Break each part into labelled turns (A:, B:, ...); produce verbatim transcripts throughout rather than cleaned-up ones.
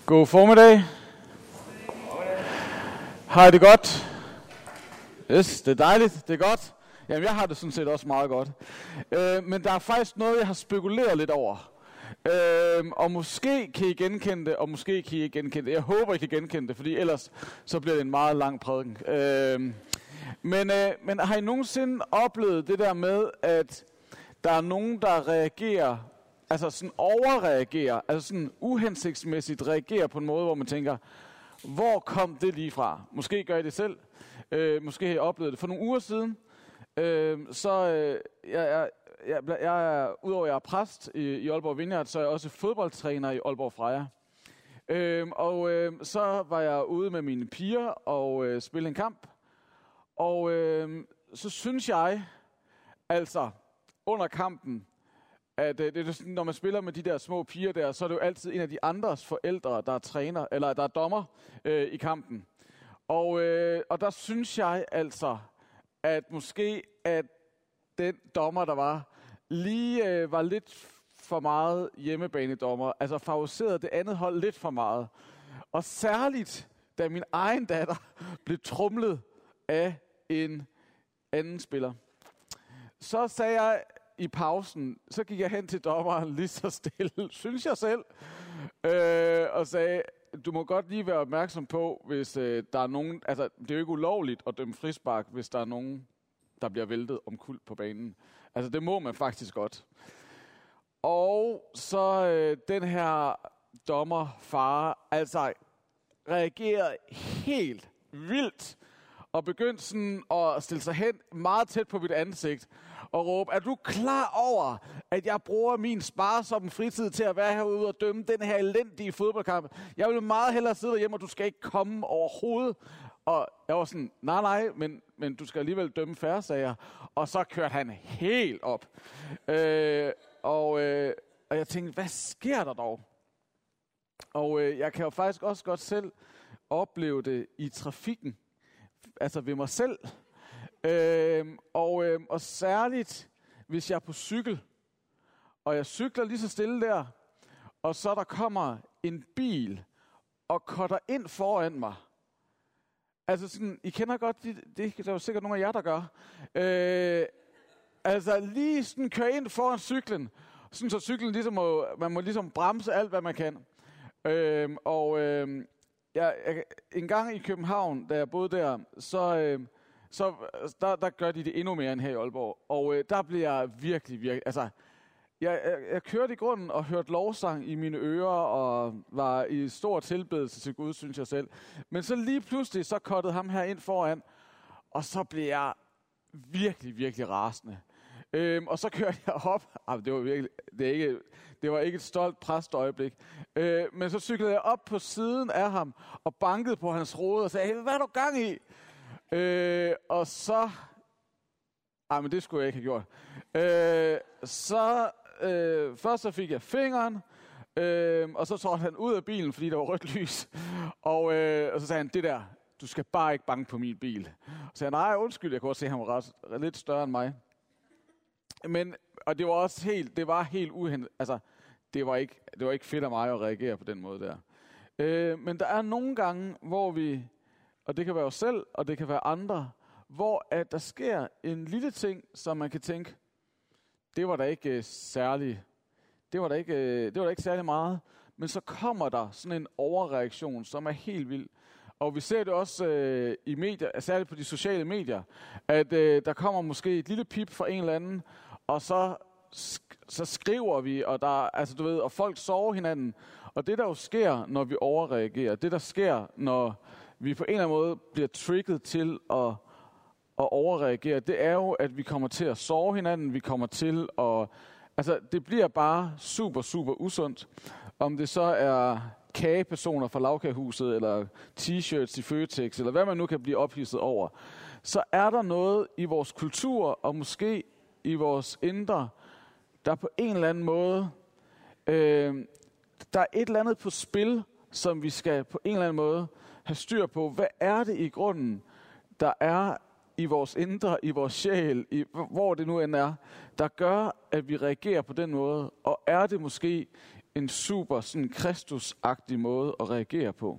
A: God formiddag. Har I det godt? Yes, det er dejligt, det er godt. Jamen, jeg har det sådan set også meget godt. Øh, men der er faktisk noget, jeg har spekuleret lidt over. Øh, og måske kan I genkende det, og måske kan I ikke genkende det. Jeg håber, I kan genkende det, fordi ellers så bliver det en meget lang prædiken. Øh, men, øh, men har I nogensinde oplevet det der med, at der er nogen, der reagerer, altså sådan overreagerer, altså sådan uhensigtsmæssigt reagerer på en måde, hvor man tænker, hvor kom det lige fra? Måske gør I det selv. Øh, måske har I oplevet det. For nogle uger siden, øh, så øh, jeg, jeg, jeg, jeg er, udover at jeg er præst i, i Aalborg Vineyard, så er jeg også fodboldtræner i Aalborg Freja. Øh, og øh, så var jeg ude med mine piger og øh, spille en kamp. Og øh, så synes jeg, altså under kampen, at øh, det er sådan, når man spiller med de der små piger der, så er det jo altid en af de andres forældre, der er træner, eller der er dommer øh, i kampen. Og, øh, og der synes jeg altså, at måske at den dommer, der var, lige øh, var lidt for meget hjemmebanedommer. Altså favoriserede det andet hold lidt for meget. Og særligt, da min egen datter blev tromlet af en anden spiller. Så sagde jeg i pausen, så gik jeg hen til dommeren lige så stille, synes jeg selv, øh, og sagde, du må godt lige være opmærksom på, hvis øh, der er nogen, altså det er jo ikke ulovligt at dømme frispark, hvis der er nogen, der bliver væltet omkuld på banen. Altså det må man faktisk godt. Og så øh, den her dommerfar, altså reagerede helt vildt, og begyndte sådan at stille sig hen meget tæt på mit ansigt, og råbe, er du klar over, at jeg bruger min sparsomme fritid til at være herude og dømme den her elendige fodboldkamp? Jeg vil meget hellere sidde derhjemme, og du skal ikke komme overhovedet. Og jeg var sådan, nej, nej, men, men du skal alligevel dømme færre sager. Og så kørte han helt op. Øh, og, øh, og jeg tænkte, hvad sker der dog? Og øh, jeg kan jo faktisk også godt selv opleve det i trafikken. Altså ved mig selv. Øhm, og, øhm, og særligt, hvis jeg er på cykel, og jeg cykler lige så stille der, og så der kommer en bil, og cutter ind foran mig. Altså sådan, I kender godt, det, det er der jo sikkert nogle af jer, der gør. Øh, altså lige sådan køre ind foran cyklen, sådan så cyklen ligesom må, man må ligesom bremse alt, hvad man kan. Øh, og øh, jeg, jeg, en gang i København, da jeg boede der, så... Øh, Så der, der gør de det endnu mere end her i Aalborg. Og øh, der bliver jeg virkelig, virkelig... Altså, jeg, jeg, jeg kørte i grunden og hørte lovsang i mine ører, og var i stor tilbedelse til Gud, synes jeg selv. Men så lige pludselig, så kottede ham her ind foran, og så blev jeg virkelig, virkelig rasende. Øhm, og så kørte jeg op. Ah, det var virkelig... Det, er ikke, det var ikke et stolt præstøjeblik. Øh, men så cyklede jeg op på siden af ham, og bankede på hans rode og sagde, hey, hvad er du gang i? Øh, og så... Ej, men det skulle jeg ikke have gjort. Øh, så... Øh, først så fik jeg fingeren, øh, og så trådte han ud af bilen, fordi der var rødt lys. Og, øh, og så sagde han, det der, du skal bare ikke banke på min bil. Så sagde han, nej, undskyld, jeg kunne også se, at han var ret, lidt større end mig. Men, og det var også helt, det var helt uhendt. Altså, det var, ikke, det var ikke fedt af mig at reagere på den måde der. Øh, men der er nogle gange, hvor vi... Og det kan være os selv, og det kan være andre, hvor at der sker en lille ting, som man kan tænke, det var da ikke uh, særlig, det var da ikke, uh, det var da ikke særlig meget, men så kommer der sådan en overreaktion, som er helt vild. Og vi ser det også uh, i medier, særligt på de sociale medier, at uh, der kommer måske et lille pip fra en eller anden, og så sk- så skriver vi, og der, altså du ved, og folk sover hinanden. Og det der jo sker, når vi overreagerer, det der sker, når vi på en eller anden måde bliver trigget til at, at overreagere, det er jo, at vi kommer til at såre hinanden, vi kommer til at... Altså, det bliver bare super, super usundt. Om det så er kagepersoner fra Lavkagehuset, eller t-shirts i Føtex, eller hvad man nu kan blive ophidset over, så er der noget i vores kultur, og måske i vores indre, der på en eller anden måde... Øh, der er et eller andet på spil, som vi skal på en eller anden måde have styr på. Hvad er det i grunden, der er i vores indre, i vores sjæl, i, hvor det nu end er, der gør, at vi reagerer på den måde? Og er det måske en super sådan kristusagtig måde at reagere på.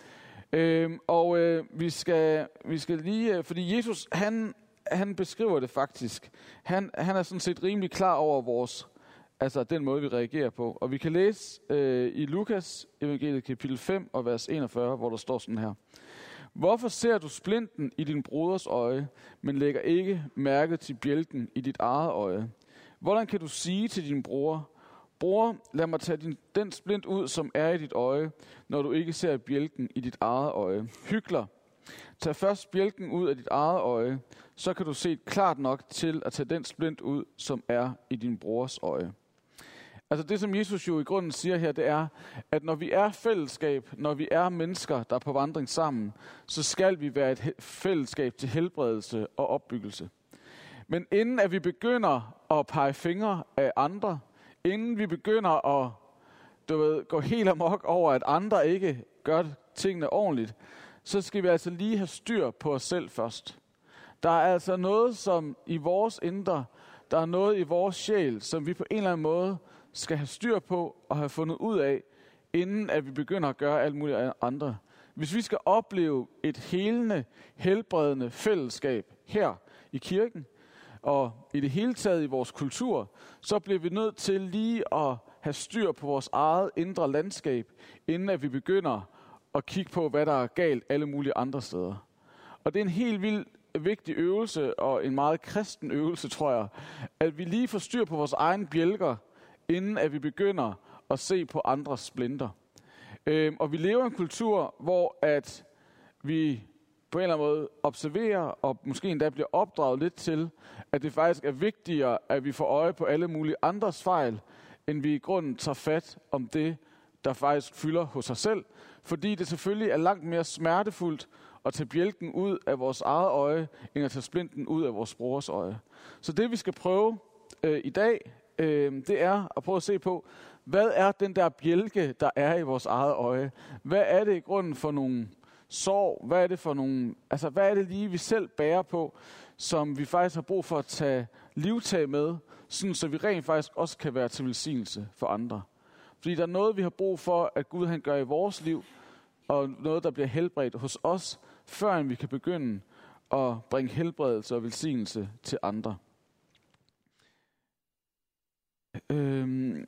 A: Øhm, og øh, vi skal vi skal lige, øh, fordi Jesus han han beskriver det faktisk. Han han er sådan set rimelig klar over vores, altså den måde vi reagerer på. Og vi kan læse øh, i Lukas evangeliet kapitel fem og vers enogfyrre, hvor der står sådan her: Hvorfor ser du splinten i din broders øje, men lægger ikke mærke til bjælken i dit eget øje? Hvordan kan du sige til din bror: Bror, lad mig tage din, den splint ud, som er i dit øje, når du ikke ser bjælken i dit eget øje? Hykler, tag først bjælken ud af dit eget øje, så kan du se klart nok til at tage den splint ud, som er i din brors øje. Altså det, som Jesus jo i grunden siger her, det er, at når vi er fællesskab, når vi er mennesker, der er på vandring sammen, så skal vi være et fællesskab til helbredelse og opbyggelse. Men inden at vi begynder at pege fingre af andre, inden vi begynder at du ved, gå helt amok over, at andre ikke gør tingene ordentligt, så skal vi altså lige have styr på os selv først. Der er altså noget, som i vores indre, der er noget i vores sjæl, som vi på en eller anden måde skal have styr på og have fundet ud af, inden at vi begynder at gøre alt muligt andre. Hvis vi skal opleve et helende, helbredende fællesskab her i kirken, og i det hele taget i vores kultur, så bliver vi nødt til lige at have styr på vores eget indre landskab, inden at vi begynder at kigge på, hvad der er galt alle mulige andre steder. Og det er en helt vild vigtig øvelse, og en meget kristen øvelse, tror jeg, at vi lige får styr på vores egen bjælker, inden at vi begynder at se på andres splinter. Øhm, og vi lever i en kultur, hvor at vi på en eller anden måde observerer, og måske endda bliver opdraget lidt til, at det faktisk er vigtigere, at vi får øje på alle mulige andres fejl, end vi i grunden tager fat om det, der faktisk fylder hos os selv. Fordi det selvfølgelig er langt mere smertefuldt at tage bjælken ud af vores eget øje, end at tage splinten ud af vores brors øje. Så det vi skal prøve øh, i dag, øh, det er at prøve at se på, hvad er den der bjælke, der er i vores eget øje? Hvad er det i grunden for nogle sorg? Hvad er det for nogle, altså hvad er det lige, vi selv bærer på, som vi faktisk har brug for at tage livtag med, sådan så vi rent faktisk også kan være til velsignelse for andre. Fordi der er noget, vi har brug for, at Gud han gør i vores liv, og noget, der bliver helbredt hos os, før vi kan begynde at bringe helbredelse og velsignelse til andre. Øhm,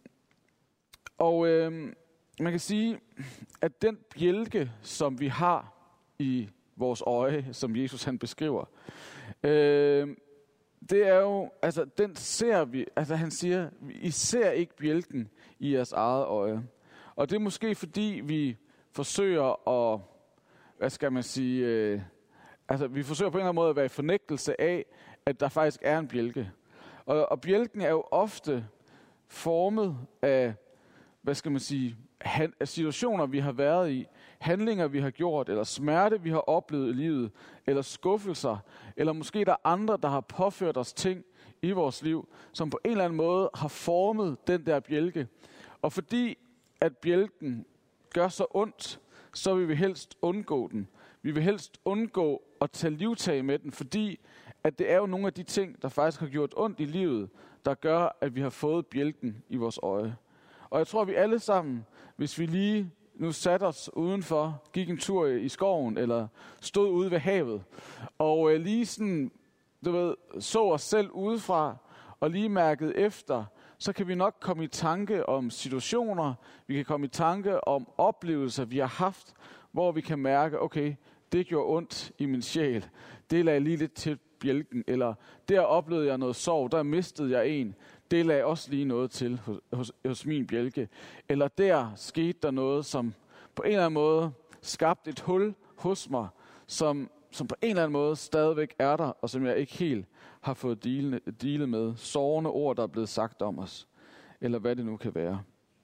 A: og øhm, man kan sige, at den bjælke, som vi har i vores øje, som Jesus han beskriver, øhm, det er jo, altså den ser vi, altså han siger, I ser ikke bjælken i jeres eget øje. Og det er måske fordi, vi forsøger at, hvad skal man sige, øh, altså vi forsøger på en eller anden måde at være i fornægtelse af, at der faktisk er en bjælke. Og, og bjælken er jo ofte formet af, hvad skal man sige, han, af situationer, vi har været i, handlinger, vi har gjort, eller smerte, vi har oplevet i livet, eller skuffelser, eller måske der er andre, der har påført os ting i vores liv, som på en eller anden måde har formet den der bjælke. Og fordi at bjælken gør så ondt, så vil vi helst undgå den. Vi vil helst undgå at tage livtag med den, fordi at det er jo nogle af de ting, der faktisk har gjort ondt i livet, der gør, at vi har fået bjælken i vores øje. Og jeg tror, at vi alle sammen, hvis vi lige nu satte os udenfor, gik en tur i skoven, eller stod ude ved havet, og øh, lige sådan, du ved, så os selv udefra, og lige mærkede efter, så kan vi nok komme i tanke om situationer, vi kan komme i tanke om oplevelser, vi har haft, hvor vi kan mærke, okay, det gjorde ondt i min sjæl, det lagde lige lidt til bjælken, eller der oplevede jeg noget sorg, der mistede jeg en, det lagde også lige noget til hos, hos, hos min bjælke. Eller der skete der noget, som på en eller anden måde skabte et hul hos mig, som, som på en eller anden måde stadigvæk er der, og som jeg ikke helt har fået dealet med. Sårende ord, der er blevet sagt om os. Eller hvad det nu kan være.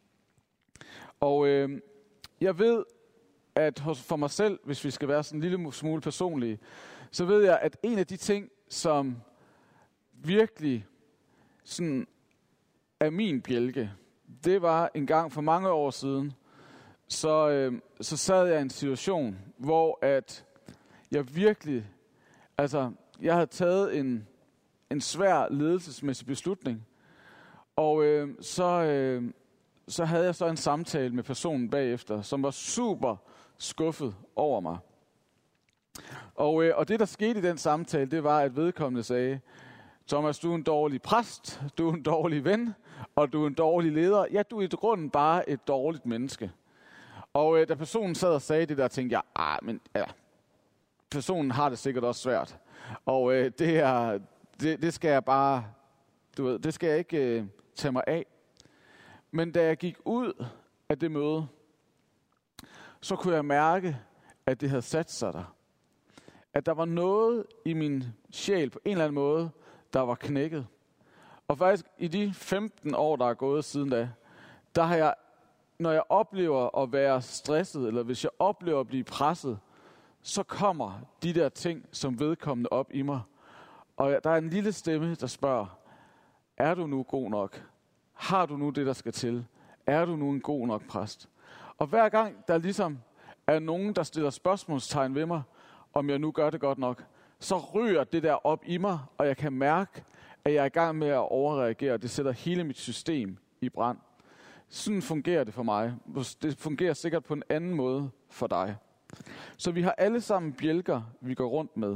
A: Og øh, jeg ved, at hos, for mig selv, hvis vi skal være sådan en lille smule personlige, så ved jeg, at en af de ting, som virkelig sådan er min bjælke, det var en gang for mange år siden, så, øh, så sad jeg i en situation, hvor at jeg virkelig, altså jeg havde taget en, en svær ledelsesmæssig beslutning, og øh, så, øh, så havde jeg så en samtale med personen bagefter, som var super skuffet over mig. Og, øh, og det, der skete i den samtale, det var, at vedkommende sagde, Thomas, du er en dårlig præst, du er en dårlig ven, og du er en dårlig leder. Ja, du er i grunden bare et dårligt menneske. Og øh, da personen sad og sagde det der, tænkte jeg, ah, men ja, personen har det sikkert også svært. Og øh, det, er, det, det skal jeg bare, du ved, det skal jeg ikke øh, tage mig af. Men da jeg gik ud af det møde, så kunne jeg mærke, at det havde sat sig der. At der var noget i min sjæl på en eller anden måde, der var knækket. Og faktisk i de femten år, der er gået siden da, der har jeg, når jeg oplever at være stresset, eller hvis jeg oplever at blive presset, så kommer de der ting som vedkommende op i mig. Og der er en lille stemme, der spørger, er du nu god nok? Har du nu det, der skal til? Er du nu en god nok præst? Og hver gang der ligesom er nogen, der stiller spørgsmålstegn ved mig, om jeg nu gør det godt nok, så ryger det der op i mig, og jeg kan mærke, at jeg er i gang med at overreagere. Det sætter hele mit system i brand. Sådan fungerer det for mig. Det fungerer sikkert på en anden måde for dig. Så vi har alle sammen bjælker, vi går rundt med.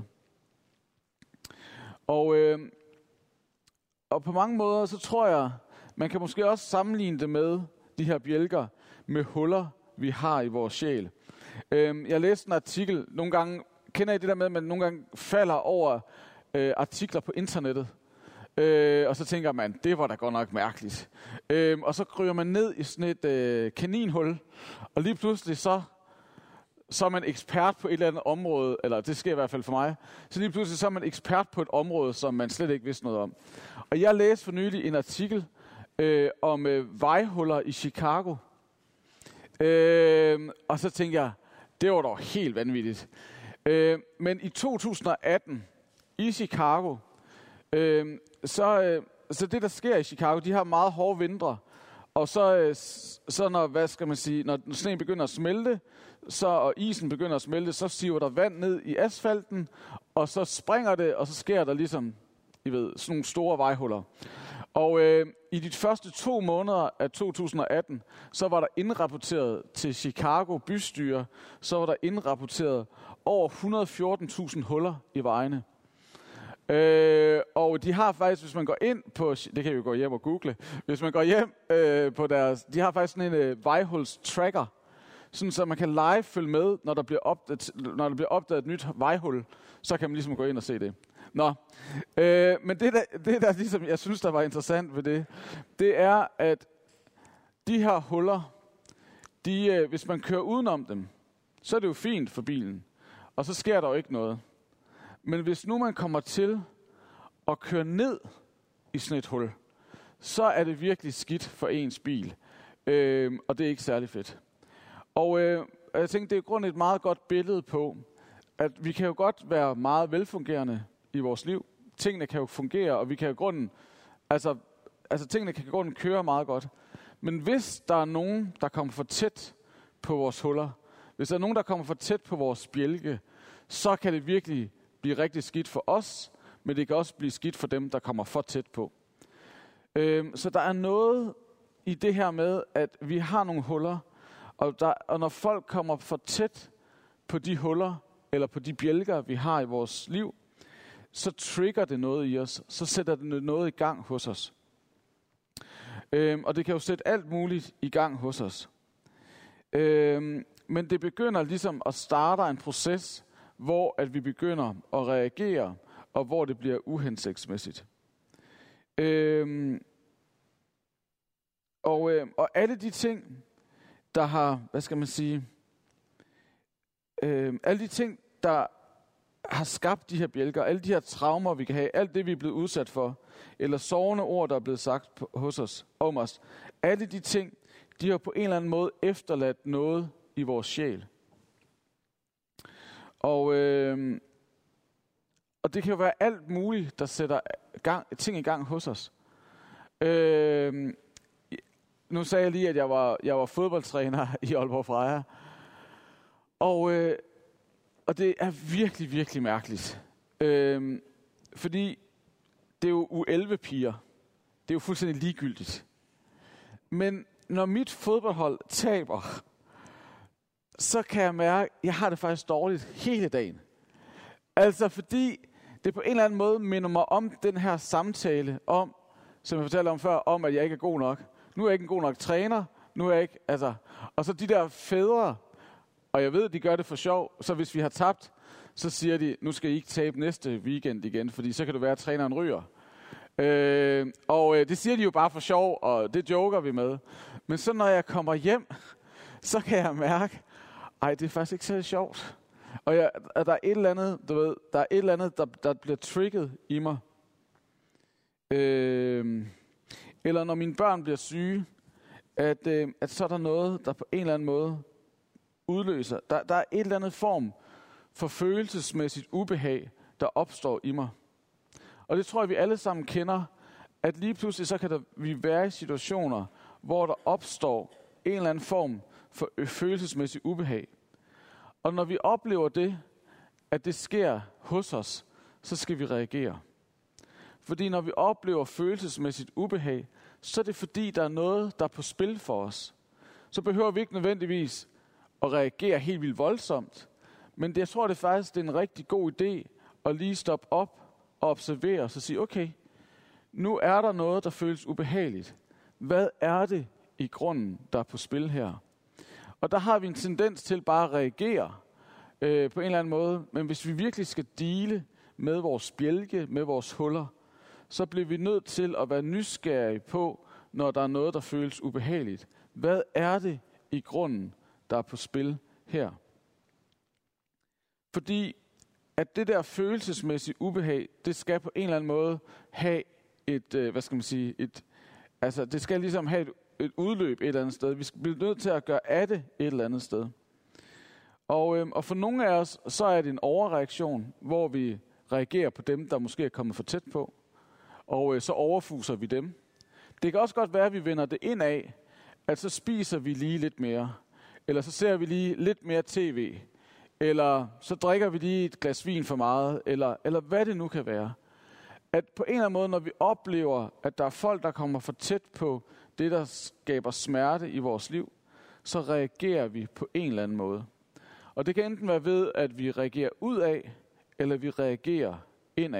A: Og, øh, og på mange måder, så tror jeg, man kan måske også sammenligne det med de her bjælker med huller, vi har i vores sjæl. Øh, jeg læste en artikel, nogle gange, kender I det der med, at man nogle gange falder over øh, artikler på internettet? Øh, og så tænker man, det var da godt nok mærkeligt. Øh, og så kryger man ned i sådan et øh, kaninhul, og lige pludselig så, så er man ekspert på et eller andet område, eller det sker i hvert fald for mig, så lige pludselig så er man ekspert på et område, som man slet ikke vidste noget om. Og jeg læste for nylig en artikel øh, om øh, vejhuller i Chicago. Øh, og så tænkte jeg, det var dog helt vanvittigt. Øh, men i to tusind og atten i Chicago, øh, så, øh, så det der sker i Chicago, de har meget hårde vintre, og så, øh, så når, hvad skal man sige, når sneen begynder at smelte, så, og isen begynder at smelte, så siver der vand ned i asfalten, og så springer det, og så sker der ligesom, I ved, sådan nogle store vejhuller. Og øh, i de første to måneder af to tusind og atten, så var der indrapporteret til Chicago bystyre, så var der indrapporteret over et hundrede og fjorten tusind huller i vejene. Øh, og de har faktisk, hvis man går ind på, det kan vi jo gå hjem og google, hvis man går hjem øh, på deres, de har faktisk sådan en øh, vejhuls-tracker, sådan så man kan live følge med, når der bliver opdaget, når der bliver opdaget et nyt vejhul, så kan man ligesom gå ind og se det. Nå, øh, men det der, det der ligesom, jeg synes, der var interessant ved det, det er, at de her huller, de, øh, hvis man kører udenom dem, så er det jo fint for bilen, og så sker der jo ikke noget. Men hvis nu man kommer til at køre ned i sådan et hul, så er det virkelig skidt for ens bil, øh, og det er ikke særlig fedt. Og øh, jeg tænkte, det er i grunden et meget godt billede på, at vi kan jo godt være meget velfungerende i vores liv. Tingene kan jo fungere, og vi kan jo grunden, altså, altså tingene kan i grunden køre meget godt. Men hvis der er nogen, der kommer for tæt på vores huller, hvis der er nogen, der kommer for tæt på vores bjælke, så kan det virkelig blive rigtig skidt for os, men det kan også blive skidt for dem, der kommer for tæt på. Øhm, så der er noget i det her med, at vi har nogle huller, og, der, og når folk kommer for tæt på de huller, eller på de bjælker, vi har i vores liv, så trigger det noget i os, så sætter det noget i gang hos os. Øhm, og det kan jo sætte alt muligt i gang hos os. Øhm, men det begynder ligesom at starte en proces, hvor at vi begynder at reagere, og hvor det bliver uhensigtsmæssigt. Øhm, og, øh, og alle de ting, der har, hvad skal man sige, øh, alle de ting, der har skabt de her bjælker, alle de her traumer, vi kan have, alt det, vi er blevet udsat for, eller sårende ord, der er blevet sagt på, hos os, om os, alle de ting, de har på en eller anden måde efterladt noget i vores sjæl. Og, øh, og det kan jo være alt muligt, der sætter gang, ting i gang hos os. Øh, nu sagde jeg lige, at jeg var, jeg var fodboldtræner i Aalborg Freja. Og, øh, og det er virkelig, virkelig mærkeligt. Øh, fordi det er jo U elleve piger. Det er jo fuldstændig ligegyldigt. Men når mit fodboldhold taber, så kan jeg mærke, at jeg har det faktisk dårligt hele dagen. Altså fordi det på en eller anden måde minder mig om den her samtale om, som jeg fortalte om før, om at jeg ikke er god nok. Nu er jeg ikke en god nok træner, nu er jeg ikke, altså, og så de der fædre, og jeg ved, de gør det for sjov, så hvis vi har tabt, så siger de, nu skal I ikke tabe næste weekend igen, fordi så kan det være, at træneren ryger. Øh, og øh, det siger de jo bare for sjov, og det joker vi med. Men så når jeg kommer hjem, så kan jeg mærke, ej, det er faktisk ikke så sjovt. Og jeg, at der er et eller andet, du ved, der er et eller andet, der, der bliver trigget i mig. Øh, eller når mine børn bliver syge, at, øh, at så er der noget, der på en eller anden måde udløser. Der, der er et eller andet form for følelsesmæssigt ubehag, der opstår i mig. Og det tror jeg, vi alle sammen kender, at lige pludselig så kan der, vi være i situationer, hvor der opstår en eller anden form for følelsesmæssigt ubehag. Og når vi oplever det, at det sker hos os, så skal vi reagere. Fordi når vi oplever følelsesmæssigt ubehag, så er det fordi, der er noget, der er på spil for os. Så behøver vi ikke nødvendigvis at reagere helt vildt voldsomt. Men det, jeg tror det faktisk, det er en rigtig god idé at lige stoppe op og observere og så sige, okay, nu er der noget, der føles ubehageligt. Hvad er det i grunden, der er på spil her? Og der har vi en tendens til bare at reagere øh, på en eller anden måde. Men hvis vi virkelig skal deale med vores bjælke, med vores huller, så bliver vi nødt til at være nysgerrige på, når der er noget, der føles ubehageligt. Hvad er det i grunden, der er på spil her? Fordi at det der følelsesmæssige ubehag, det skal på en eller anden måde have et, øh, hvad skal man sige, et, altså det skal ligesom have et, et udløb et eller andet sted. Vi skal blive nødt til at gøre af det et eller andet sted. Og, øh, og for nogle af os, så er det en overreaktion, hvor vi reagerer på dem, der måske er kommet for tæt på. Og øh, så overfuser vi dem. Det kan også godt være, at vi vender det ind af, at så spiser vi lige lidt mere. Eller så ser vi lige lidt mere tv. Eller så drikker vi lige et glas vin for meget. Eller, eller hvad det nu kan være. At på en eller anden måde, når vi oplever, at der er folk, der kommer for tæt på det, der skaber smerte i vores liv, så reagerer vi på en eller anden måde. Og det kan enten være ved, at vi reagerer ud af, eller vi reagerer indad.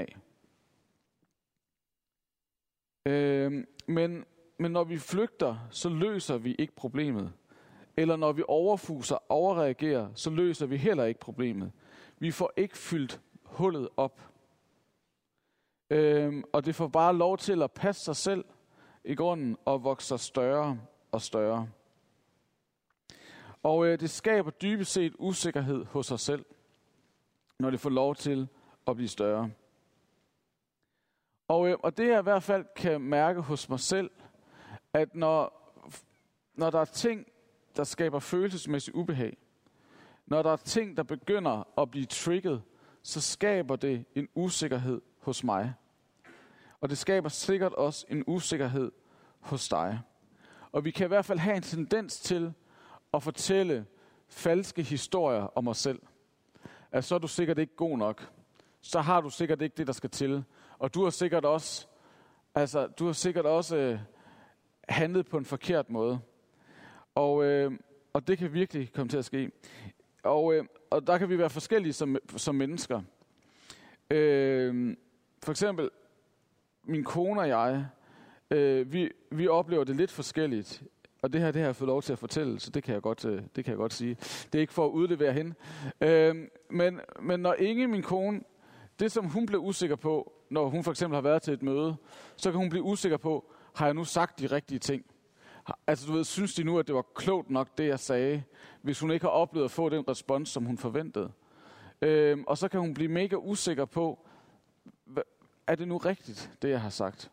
A: Øh, men, men når vi flygter, så løser vi ikke problemet. Eller når vi overfuser, overreagerer, så løser vi heller ikke problemet. Vi får ikke fyldt hullet op. Øh, og det får bare lov til at passe sig selv i grunden og vokse sig større og større. Og øh, det skaber dybest set usikkerhed hos os selv, når det får lov til at blive større. Og, øh, og det jeg i hvert fald kan mærke hos mig selv, at når, når der er ting, der skaber følelsesmæssig ubehag, når der er ting, der begynder at blive trigget, så skaber det en usikkerhed hos mig. Og det skaber sikkert også en usikkerhed hos dig. Og vi kan i hvert fald have en tendens til at fortælle falske historier om os selv. Altså, så er du sikkert ikke god nok. Så har du sikkert ikke det, der skal til. Og du har sikkert også, altså, du har sikkert også øh, handlet på en forkert måde. Og, øh, og det kan virkelig komme til at ske. Og, øh, og der kan vi være forskellige som, som mennesker. Øh, for eksempel, min kone og jeg, øh, vi, vi oplever det lidt forskelligt. Og det her, det har jeg fået lov til at fortælle, så det kan jeg godt, det kan jeg godt sige. Det er ikke for at udlevere hende. Øh, men, men når Inge, min kone, det som hun bliver usikker på, når hun for eksempel har været til et møde, så kan hun blive usikker på, har jeg nu sagt de rigtige ting? Altså du ved, synes de nu, at det var klogt nok, det jeg sagde, hvis hun ikke har oplevet at få den respons, som hun forventede. Øh, og så kan hun blive mega usikker på, er det nu rigtigt, det jeg har sagt?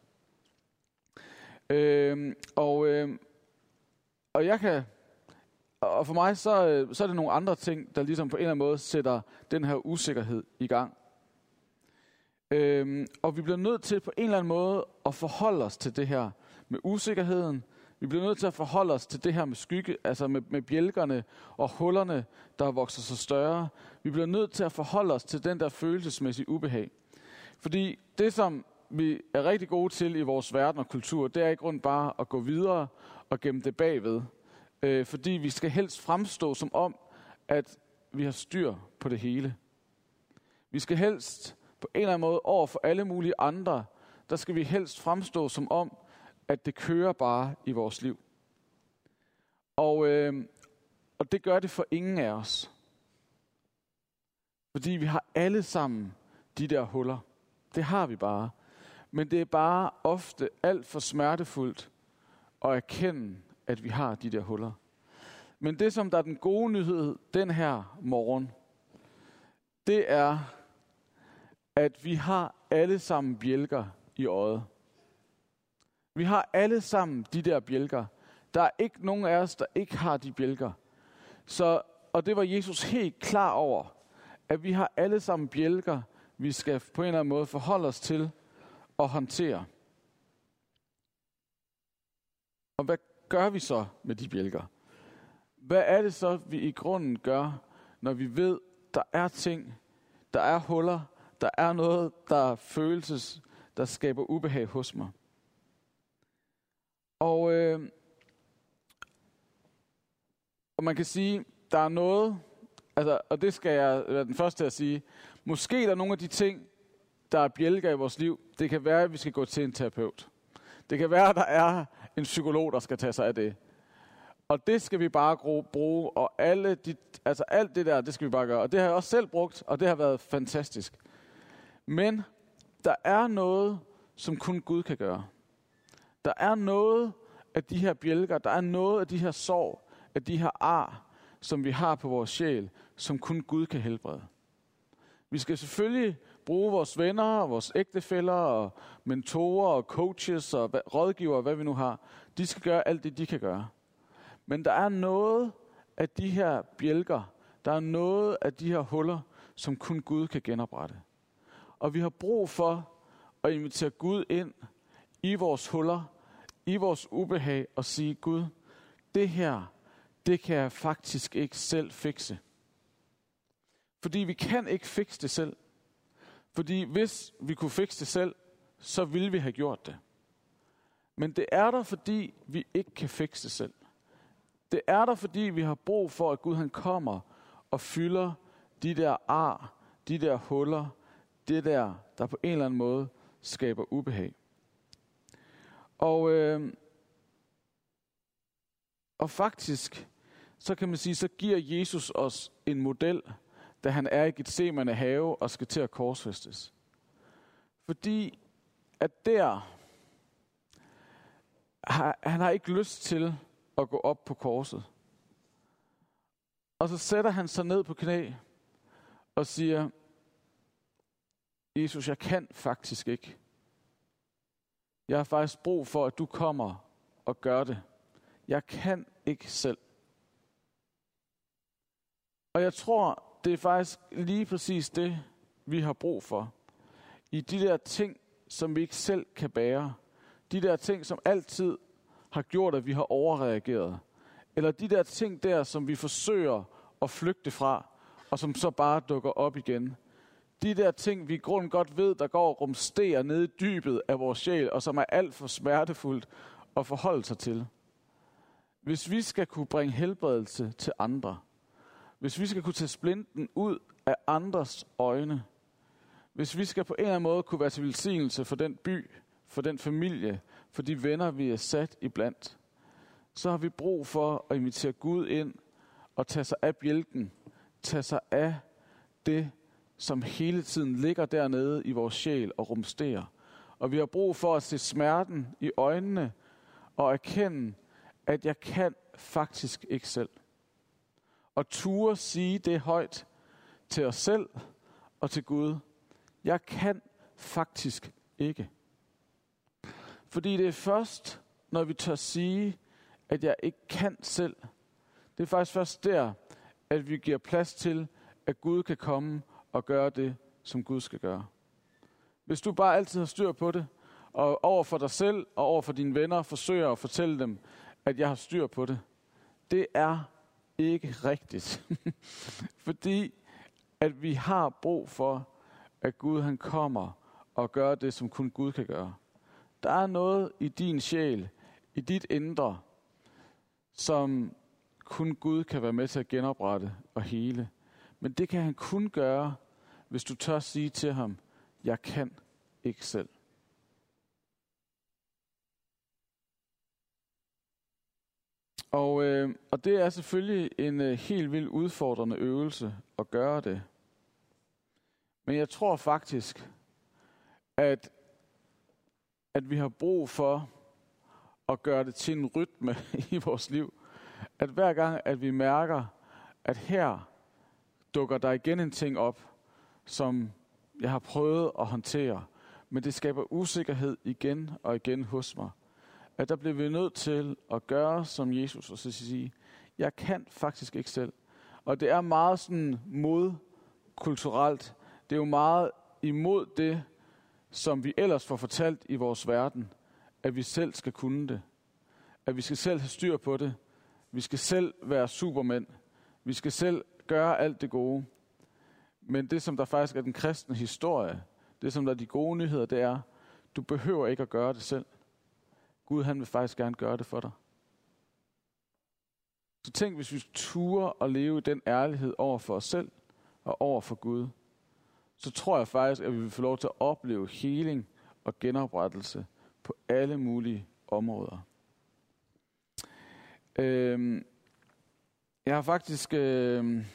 A: Øh, og... Øh, Og jeg kan, og for mig, så, så er det nogle andre ting, der ligesom på en eller anden måde sætter den her usikkerhed i gang. Øhm, og vi bliver nødt til på en eller anden måde at forholde os til det her med usikkerheden. Vi bliver nødt til at forholde os til det her med skygge, altså med, med bjælkerne og hullerne, der vokser sig større. Vi bliver nødt til at forholde os til den der følelsesmæssige ubehag. Fordi det som, vi er rigtig gode til i vores verden og kultur, det er i grund bare at gå videre og gemme det bagved. Øh, fordi vi skal helst fremstå som om, at vi har styr på det hele. Vi skal helst på en eller anden måde over for alle mulige andre, der skal vi helst fremstå som om, at det kører bare i vores liv. Og, øh, og det gør det for ingen af os. Fordi vi har alle sammen de der huller. Det har vi bare. Men det er bare ofte alt for smertefuldt at erkende, at vi har de der huller. Men det, som der er den gode nyhed den her morgen, det er, at vi har alle sammen bjælker i øjet. Vi har alle sammen de der bjælker. Der er ikke nogen af os, der ikke har de bjælker. Så, og det var Jesus helt klar over, at vi har alle sammen bjælker, vi skal på en eller anden måde forholde os til og håndtere. Og hvad gør vi så med de bjælker? Hvad er det så, vi i grunden gør, når vi ved, der er ting, der er huller, der er noget, der følelses, der skaber ubehag hos mig? Og, øh, og man kan sige, der er noget, altså, og det skal jeg være den første til at sige, måske er der nogle af de ting, der er bjælker i vores liv. Det kan være, at vi skal gå til en terapeut. Det kan være, at der er en psykolog, der skal tage sig af det. Og det skal vi bare bruge, og alle de, altså alt det der, det skal vi bare gøre. Og det har jeg også selv brugt, og det har været fantastisk. Men der er noget, som kun Gud kan gøre. Der er noget af de her bjælker, der er noget af de her sår, af de her ar, som vi har på vores sjæl, som kun Gud kan helbrede. Vi skal selvfølgelig bruge vores venner, og vores ægtefæller, og mentorer, og coaches, og rådgivere, hvad vi nu har. De skal gøre alt det, de kan gøre. Men der er noget af de her bjælker, der er noget af de her huller, som kun Gud kan genoprette. Og vi har brug for at invitere Gud ind i vores huller, i vores ubehag, og sige, Gud, det her, det kan jeg faktisk ikke selv fikse. Fordi vi kan ikke fikse det selv. Fordi hvis vi kunne fikse det selv, så ville vi have gjort det. Men det er der, fordi vi ikke kan fikse det selv. Det er der, fordi vi har brug for, at Gud han kommer og fylder de der ar, de der huller, det der, der på en eller anden måde skaber ubehag. Og, øh, og faktisk, så kan man sige, så giver Jesus os en model, da han er i Getsemane have og skal til at korsfæstes. Fordi at der, har, han har ikke lyst til at gå op på korset. Og så sætter han sig ned på knæ og siger, Jesus, jeg kan faktisk ikke. Jeg har faktisk brug for, at du kommer og gør det. Jeg kan ikke selv. Og jeg tror, det er faktisk lige præcis det, vi har brug for. I de der ting, som vi ikke selv kan bære. De der ting, som altid har gjort, at vi har overreageret. Eller de der ting der, som vi forsøger at flygte fra, og som så bare dukker op igen. De der ting, vi i grunden godt ved, der går og rumsterer nede i dybet af vores sjæl, og som er alt for smertefuldt at forholde sig til. Hvis vi skal kunne bringe helbredelse til andre, hvis vi skal kunne tage splinten ud af andres øjne, hvis vi skal på en eller anden måde kunne være til velsignelse for den by, for den familie, for de venner, vi er sat iblandt, så har vi brug for at invitere Gud ind og tage sig af bjælken, tage sig af det, som hele tiden ligger dernede i vores sjæl og rumsterer. Og vi har brug for at se smerten i øjnene og erkende, at jeg kan faktisk ikke selv. Og ture sige det højt til os selv og til Gud. Jeg kan faktisk ikke. Fordi det er først, når vi tør sige, at jeg ikke kan selv. Det er faktisk først der, at vi giver plads til, at Gud kan komme og gøre det, som Gud skal gøre. Hvis du bare altid har styr på det, og over for dig selv og over for dine venner forsøger at fortælle dem, at jeg har styr på det, det er ikke rigtigt. Fordi at vi har brug for, at Gud han kommer og gøre det, som kun Gud kan gøre. Der er noget i din sjæl, i dit indre, som kun Gud kan være med til at genoprette og hele. Men det kan han kun gøre, hvis du tør sige til ham, jeg kan ikke selv. Og, øh, og det er selvfølgelig en øh, helt vildt udfordrende øvelse at gøre det. Men jeg tror faktisk, at, at vi har brug for at gøre det til en rytme i vores liv. At hver gang, at vi mærker, at her dukker der igen en ting op, som jeg har prøvet at håndtere, men det skaber usikkerhed igen og igen hos mig. At der bliver vi nødt til at gøre som Jesus og så sige, jeg kan faktisk ikke selv. Og det er meget sådan modkulturelt. Det er jo meget imod det, som vi ellers får fortalt i vores verden, at vi selv skal kunne det. At vi skal selv have styr på det. Vi skal selv være supermænd. Vi skal selv gøre alt det gode. Men det, som der faktisk er den kristne historie, det, som der er de gode nyheder, det er, du behøver ikke at gøre det selv. Gud, han vil faktisk gerne gøre det for dig. Så tænk, hvis vi turer og leve i den ærlighed over for os selv og over for Gud, så tror jeg faktisk, at vi vil få lov til at opleve heling og genoprettelse på alle mulige områder. Øhm, jeg har faktisk øhm,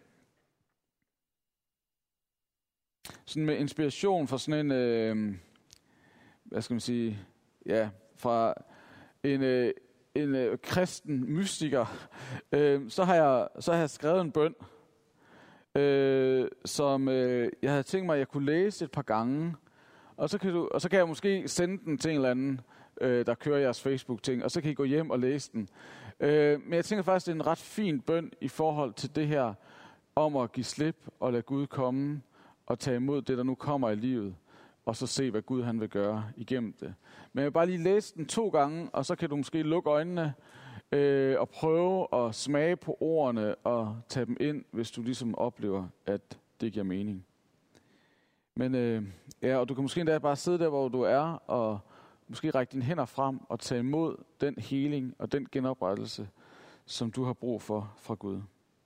A: sådan med inspiration fra sådan en, øhm, hvad skal man sige, ja, fra en, øh, en øh, kristen mystiker, øh, så, har jeg, så har jeg skrevet en bøn, øh, som øh, jeg havde tænkt mig, at jeg kunne læse et par gange, og så kan, du, og så kan jeg måske sende den til en eller anden, øh, der kører jeres Facebook-ting, og så kan I gå hjem og læse den. Øh, men jeg tænker faktisk, det er en ret fin bøn i forhold til det her, om at give slip og lade Gud komme og tage imod det, der nu kommer i livet. Og så se, hvad Gud han vil gøre igennem det. Men jeg vil bare lige læse den to gange, og så kan du måske lukke øjnene øh, og prøve at smage på ordene og tage dem ind, hvis du ligesom oplever, at det giver mening. Men øh, ja, og du kan måske endda bare sidde der, hvor du er, og måske række dine hænder frem og tage imod den heling og den genoprettelse, som du har brug for fra Gud.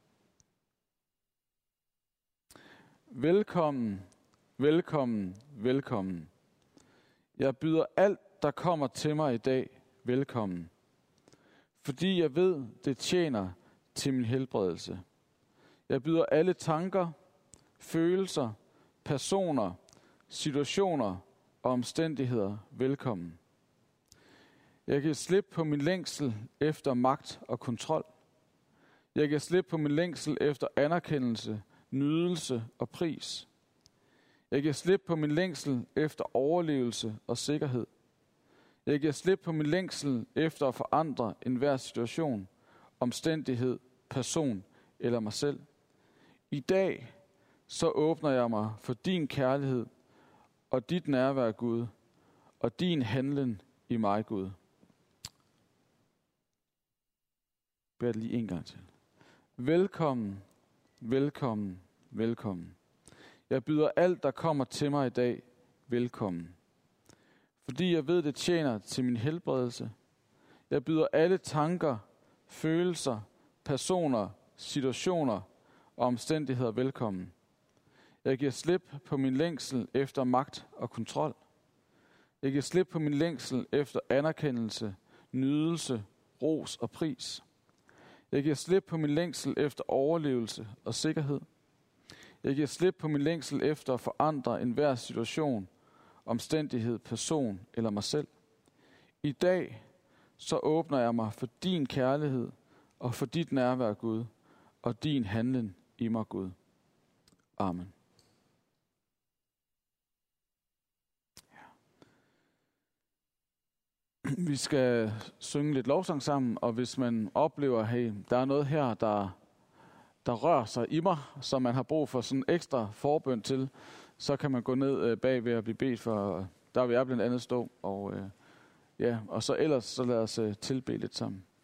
A: Velkommen. Velkommen, velkommen. Jeg byder alt, der kommer til mig i dag, velkommen. Fordi jeg ved, det tjener til min helbredelse. Jeg byder alle tanker, følelser, personer, situationer og omstændigheder velkommen. Jeg kan slippe på min længsel efter magt og kontrol. Jeg kan slippe på min længsel efter anerkendelse, nydelse og pris. Jeg kan slippe på min længsel efter overlevelse og sikkerhed. Jeg kan slippe på min længsel efter at forandre enhver situation, omstændighed, person eller mig selv. I dag så åbner jeg mig for din kærlighed og dit nærvær, Gud, og din handlen i mig, Gud. Bær det lige en gang til. Velkommen, velkommen, velkommen. Jeg byder alt, der kommer til mig i dag, velkommen. Fordi jeg ved, det tjener til min helbredelse. Jeg byder alle tanker, følelser, personer, situationer og omstændigheder velkommen. Jeg giver slip på min længsel efter magt og kontrol. Jeg giver slip på min længsel efter anerkendelse, nydelse, ros og pris. Jeg giver slip på min længsel efter overlevelse og sikkerhed. Jeg giver slip på min længsel efter at forandre enhver situation, omstændighed, person eller mig selv. I dag så åbner jeg mig for din kærlighed og for dit nærvær, Gud, og din handlen i mig, Gud. Amen. Vi skal synge lidt lovsang sammen, og hvis man oplever, hey, der er noget her, der, der rører sig i mig, som man har brug for sådan ekstra forbøn til, så kan man gå ned bag ved at blive bedt for, der vil jeg blandt andet stå, og, øh, ja, og så ellers så lad os tilbede lidt sammen.